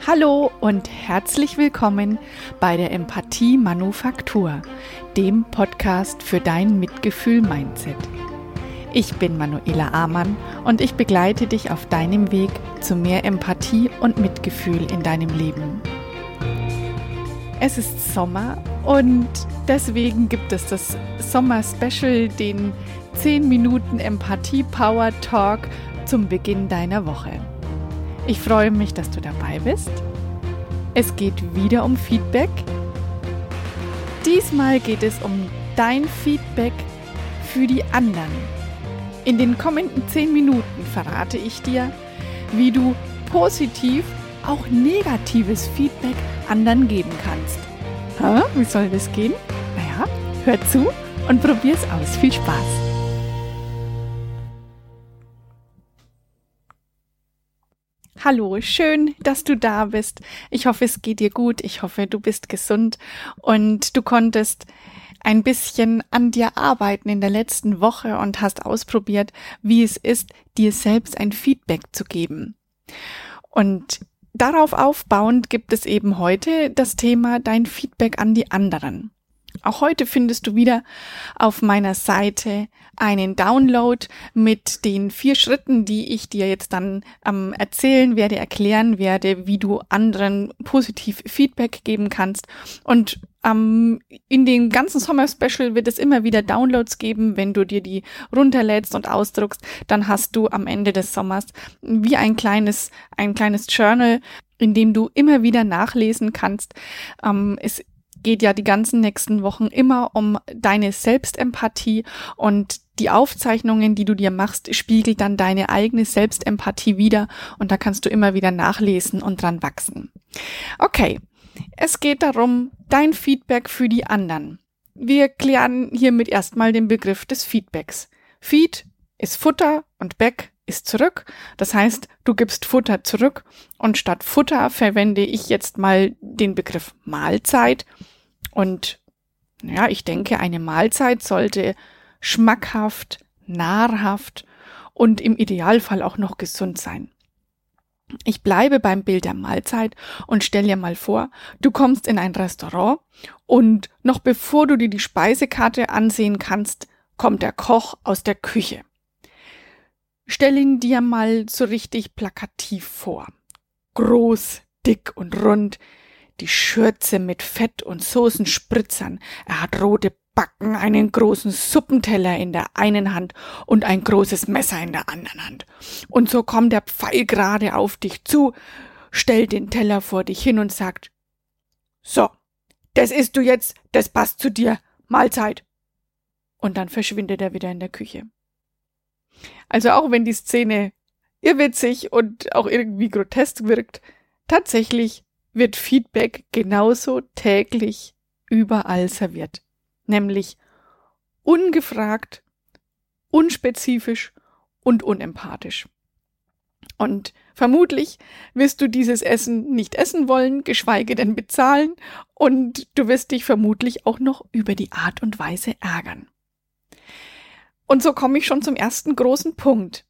Hallo und herzlich willkommen bei der Empathie Manufaktur, dem Podcast für dein Mitgefühl-Mindset. Ich bin Manuela Amann und ich begleite dich auf deinem Weg zu mehr Empathie und Mitgefühl in deinem Leben. Es ist Sommer und deswegen gibt es das Sommer-Special, den 10 Minuten Empathie-Power-Talk zum Beginn deiner Woche. Ich freue mich, dass du dabei bist. Es geht wieder um Feedback. Diesmal geht es um dein Feedback für die anderen. In den kommenden 10 Minuten verrate ich dir, wie du positiv auch negatives Feedback anderen geben kannst. Wie soll das gehen? Naja, hör zu und probier's aus. Viel Spaß! Hallo, schön, dass du da bist. Ich hoffe, es geht dir gut. Ich hoffe, du bist gesund und du konntest ein bisschen an dir arbeiten in der letzten Woche und hast ausprobiert, wie es ist, dir selbst ein Feedback zu geben. Und darauf aufbauend gibt es eben heute das Thema dein Feedback an die anderen. Auch heute findest du wieder auf meiner Seite einen Download mit den 4 Schritten, die ich dir jetzt dann erzählen werde, erklären werde, wie du anderen positiv Feedback geben kannst. Und in dem ganzen Sommer-Special wird es immer wieder Downloads geben. Wenn du dir die runterlädst und ausdruckst, dann hast du am Ende des Sommers wie ein kleines Journal, in dem du immer wieder nachlesen kannst. Es geht ja die ganzen nächsten Wochen immer um deine Selbstempathie und die Aufzeichnungen, die du dir machst, spiegelt dann deine eigene Selbstempathie wider und da kannst du immer wieder nachlesen und dran wachsen. Okay, es geht darum, dein Feedback für die anderen. Wir klären hiermit erstmal den Begriff des Feedbacks. Feed ist Futter und Back ist zurück. Das heißt, du gibst Futter zurück und statt Futter verwende ich jetzt mal den Begriff Mahlzeit. Und ja, ich denke, eine Mahlzeit sollte schmackhaft, nahrhaft und im Idealfall auch noch gesund sein. Ich bleibe beim Bild der Mahlzeit und stell dir mal vor, du kommst in ein Restaurant und noch bevor du dir die Speisekarte ansehen kannst, kommt der Koch aus der Küche. Stell ihn dir mal so richtig plakativ vor. Groß, dick und rund, die Schürze mit Fett und Soßenspritzern. Er hat rote Backen, einen großen Suppenteller in der einen Hand und ein großes Messer in der anderen Hand. Und so kommt der Pfeil gerade auf dich zu, stellt den Teller vor dich hin und sagt, so, das isst du jetzt, das passt zu dir, Mahlzeit. Und dann verschwindet er wieder in der Küche. Also auch wenn die Szene irrwitzig und auch irgendwie grotesk wirkt, tatsächlich wird Feedback genauso täglich überall serviert. Nämlich ungefragt, unspezifisch und unempathisch. Und vermutlich wirst du dieses Essen nicht essen wollen, geschweige denn bezahlen, und du wirst dich vermutlich auch noch über die Art und Weise ärgern. Und so komme ich schon zum ersten großen Punkt.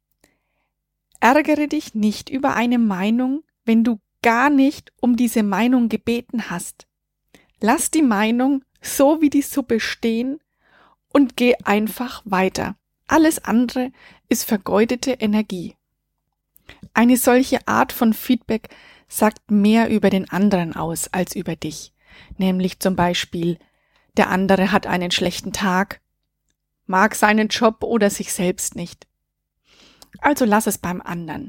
Ärgere dich nicht über eine Meinung, wenn du gar nicht um diese Meinung gebeten hast. Lass die Meinung so wie die Suppe stehen und geh einfach weiter. Alles andere ist vergeudete Energie. Eine solche Art von Feedback sagt mehr über den anderen aus als über dich. Nämlich zum Beispiel, der andere hat einen schlechten Tag, mag seinen Job oder sich selbst nicht. Also lass es beim anderen.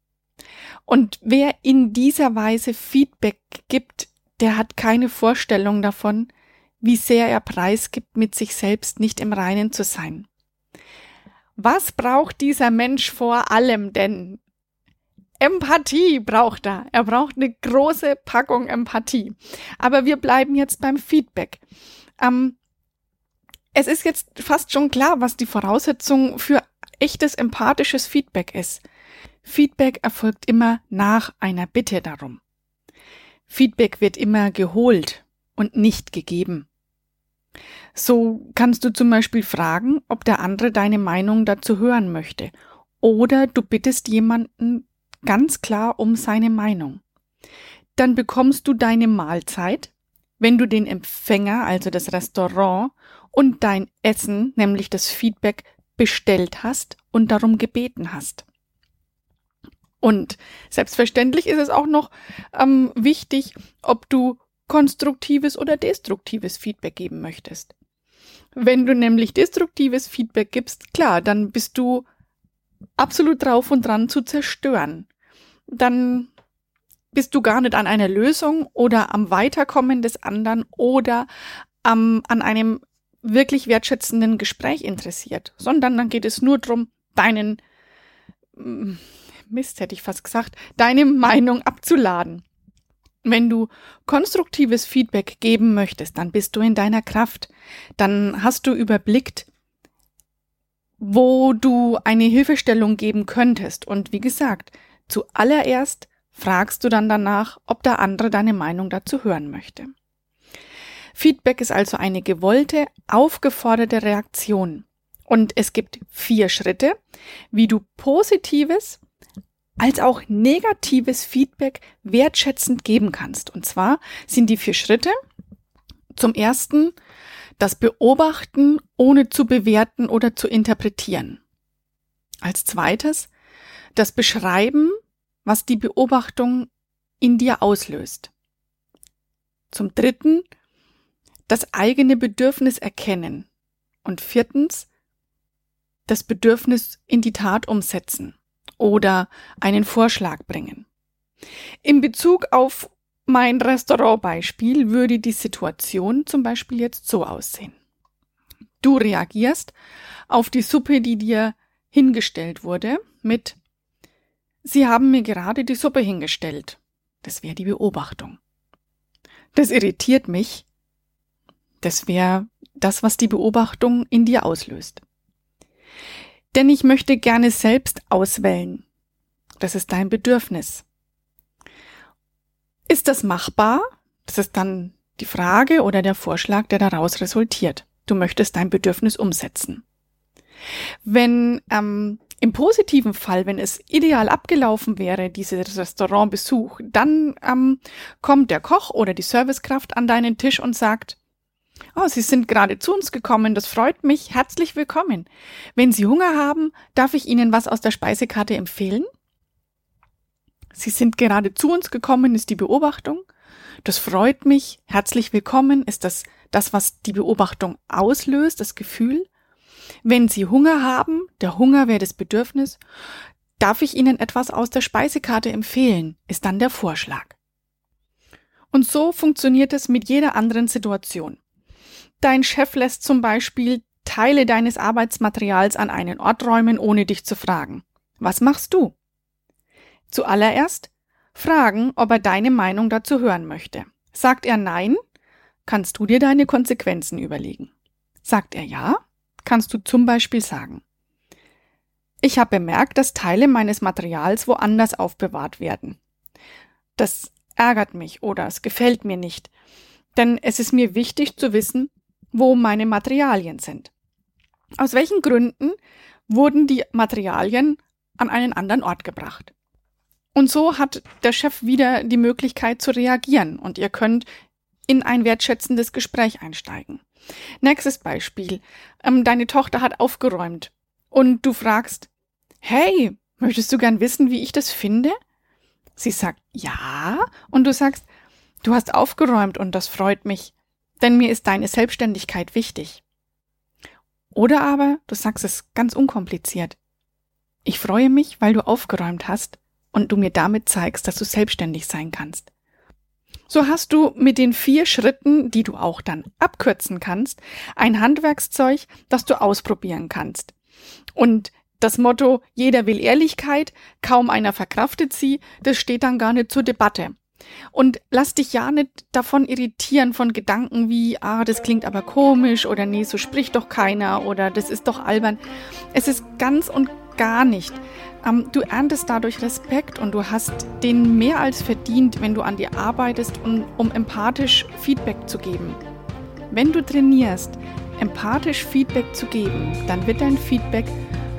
Und wer in dieser Weise Feedback gibt, der hat keine Vorstellung davon, wie sehr er preisgibt, mit sich selbst nicht im Reinen zu sein. Was braucht dieser Mensch vor allem denn? Empathie braucht er. Er braucht eine große Packung Empathie. Aber wir bleiben jetzt beim Feedback. Es ist jetzt fast schon klar, was die Voraussetzung für echtes empathisches Feedback ist. Feedback erfolgt immer nach einer Bitte darum. Feedback wird immer geholt und nicht gegeben. So kannst du zum Beispiel fragen, ob der andere deine Meinung dazu hören möchte. Oder du bittest jemanden ganz klar um seine Meinung. dann bekommst du deine Mahlzeit, wenn du den Empfänger, also das Restaurant, und dein Essen, nämlich das Feedback, bestellt hast und darum gebeten hast. Und selbstverständlich ist es auch noch wichtig, ob du konstruktives oder destruktives Feedback geben möchtest. Wenn du nämlich destruktives Feedback gibst, klar, dann bist du absolut drauf und dran zu zerstören. Dann bist du gar nicht an einer Lösung oder am Weiterkommen des anderen oder an einem wirklich wertschätzenden Gespräch interessiert, sondern dann geht es nur darum, deine Meinung abzuladen. Wenn du konstruktives Feedback geben möchtest, dann bist du in deiner Kraft. Dann hast du überblickt, wo du eine Hilfestellung geben könntest. Und wie gesagt, zuallererst fragst du dann danach, ob der andere deine Meinung dazu hören möchte. Feedback ist also eine gewollte, aufgeforderte Reaktion. Und es gibt 4 Schritte, wie du positives als auch negatives Feedback wertschätzend geben kannst. Und zwar sind die 4 Schritte: zum ersten das Beobachten, ohne zu bewerten oder zu interpretieren. Als zweites das Beschreiben, was die Beobachtung in dir auslöst. Zum dritten das eigene Bedürfnis erkennen. Und 4. das Bedürfnis in die Tat umsetzen oder einen Vorschlag bringen. In Bezug auf mein Restaurantbeispiel würde die Situation zum Beispiel jetzt so aussehen. Du reagierst auf die Suppe, die dir hingestellt wurde, mit: Sie haben mir gerade die Suppe hingestellt. Das wäre die Beobachtung. Das irritiert mich. Das wäre das, was die Beobachtung in dir auslöst. Denn ich möchte gerne selbst auswählen. Das ist dein Bedürfnis. Ist das machbar? Das ist dann die Frage oder der Vorschlag, der daraus resultiert. Du möchtest dein Bedürfnis umsetzen. Wenn im positiven Fall, wenn es ideal abgelaufen wäre, dieses Restaurantbesuch, dann kommt der Koch oder die Servicekraft an deinen Tisch und sagt: Oh, Sie sind gerade zu uns gekommen, das freut mich, herzlich willkommen. Wenn Sie Hunger haben, darf ich Ihnen was aus der Speisekarte empfehlen? Sie sind gerade zu uns gekommen, ist die Beobachtung. Das freut mich, herzlich willkommen, ist das, was die Beobachtung auslöst, das Gefühl. Wenn Sie Hunger haben, der Hunger wäre das Bedürfnis, darf ich Ihnen etwas aus der Speisekarte empfehlen, ist dann der Vorschlag. Und so funktioniert es mit jeder anderen Situation. Dein Chef lässt zum Beispiel Teile deines Arbeitsmaterials an einen Ort räumen, ohne dich zu fragen. Was machst du? Zuallererst fragen, ob er deine Meinung dazu hören möchte. Sagt er nein, kannst du dir deine Konsequenzen überlegen. Sagt er ja, kannst du zum Beispiel sagen: Ich habe bemerkt, dass Teile meines Materials woanders aufbewahrt werden. Das ärgert mich oder es gefällt mir nicht, denn es ist mir wichtig zu wissen, wo meine Materialien sind. Aus welchen Gründen wurden die Materialien an einen anderen Ort gebracht? Und so hat der Chef wieder die Möglichkeit zu reagieren und ihr könnt in ein wertschätzendes Gespräch einsteigen. Nächstes Beispiel. Deine Tochter hat aufgeräumt und du fragst: Hey, möchtest du gern wissen, wie ich das finde? Sie sagt ja und du sagst: Du hast aufgeräumt und das freut mich, denn mir ist deine Selbstständigkeit wichtig. Oder aber du sagst es ganz unkompliziert: Ich freue mich, weil du aufgeräumt hast und du mir damit zeigst, dass du selbstständig sein kannst. So hast du mit den 4 Schritten, die du auch dann abkürzen kannst, ein Handwerkszeug, das du ausprobieren kannst. Und das Motto: Jeder will Ehrlichkeit, kaum einer verkraftet sie, das steht dann gar nicht zur Debatte. Und lass dich ja nicht davon irritieren von Gedanken wie: das klingt aber komisch oder nee, so spricht doch keiner oder das ist doch albern. Es ist ganz und gar nicht. Du erntest dadurch Respekt und du hast den mehr als verdient, wenn du an dir arbeitest, um empathisch Feedback zu geben. Wenn du trainierst, empathisch Feedback zu geben, dann wird dein Feedback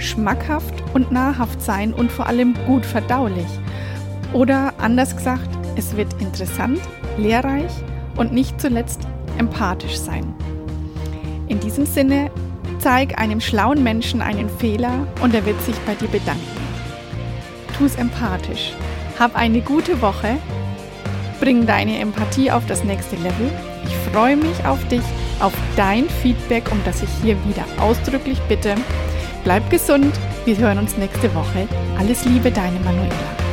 schmackhaft und nahrhaft sein und vor allem gut verdaulich. Oder anders gesagt, Es wird interessant, lehrreich und nicht zuletzt empathisch sein. In diesem Sinne, zeig einem schlauen Menschen einen Fehler und er wird sich bei dir bedanken. Tu's empathisch. Hab eine gute Woche. Bring deine Empathie auf das nächste Level. Ich freue mich auf dich, auf dein Feedback, um das ich hier wieder ausdrücklich bitte. Bleib gesund. Wir hören uns nächste Woche. Alles Liebe, deine Manuela.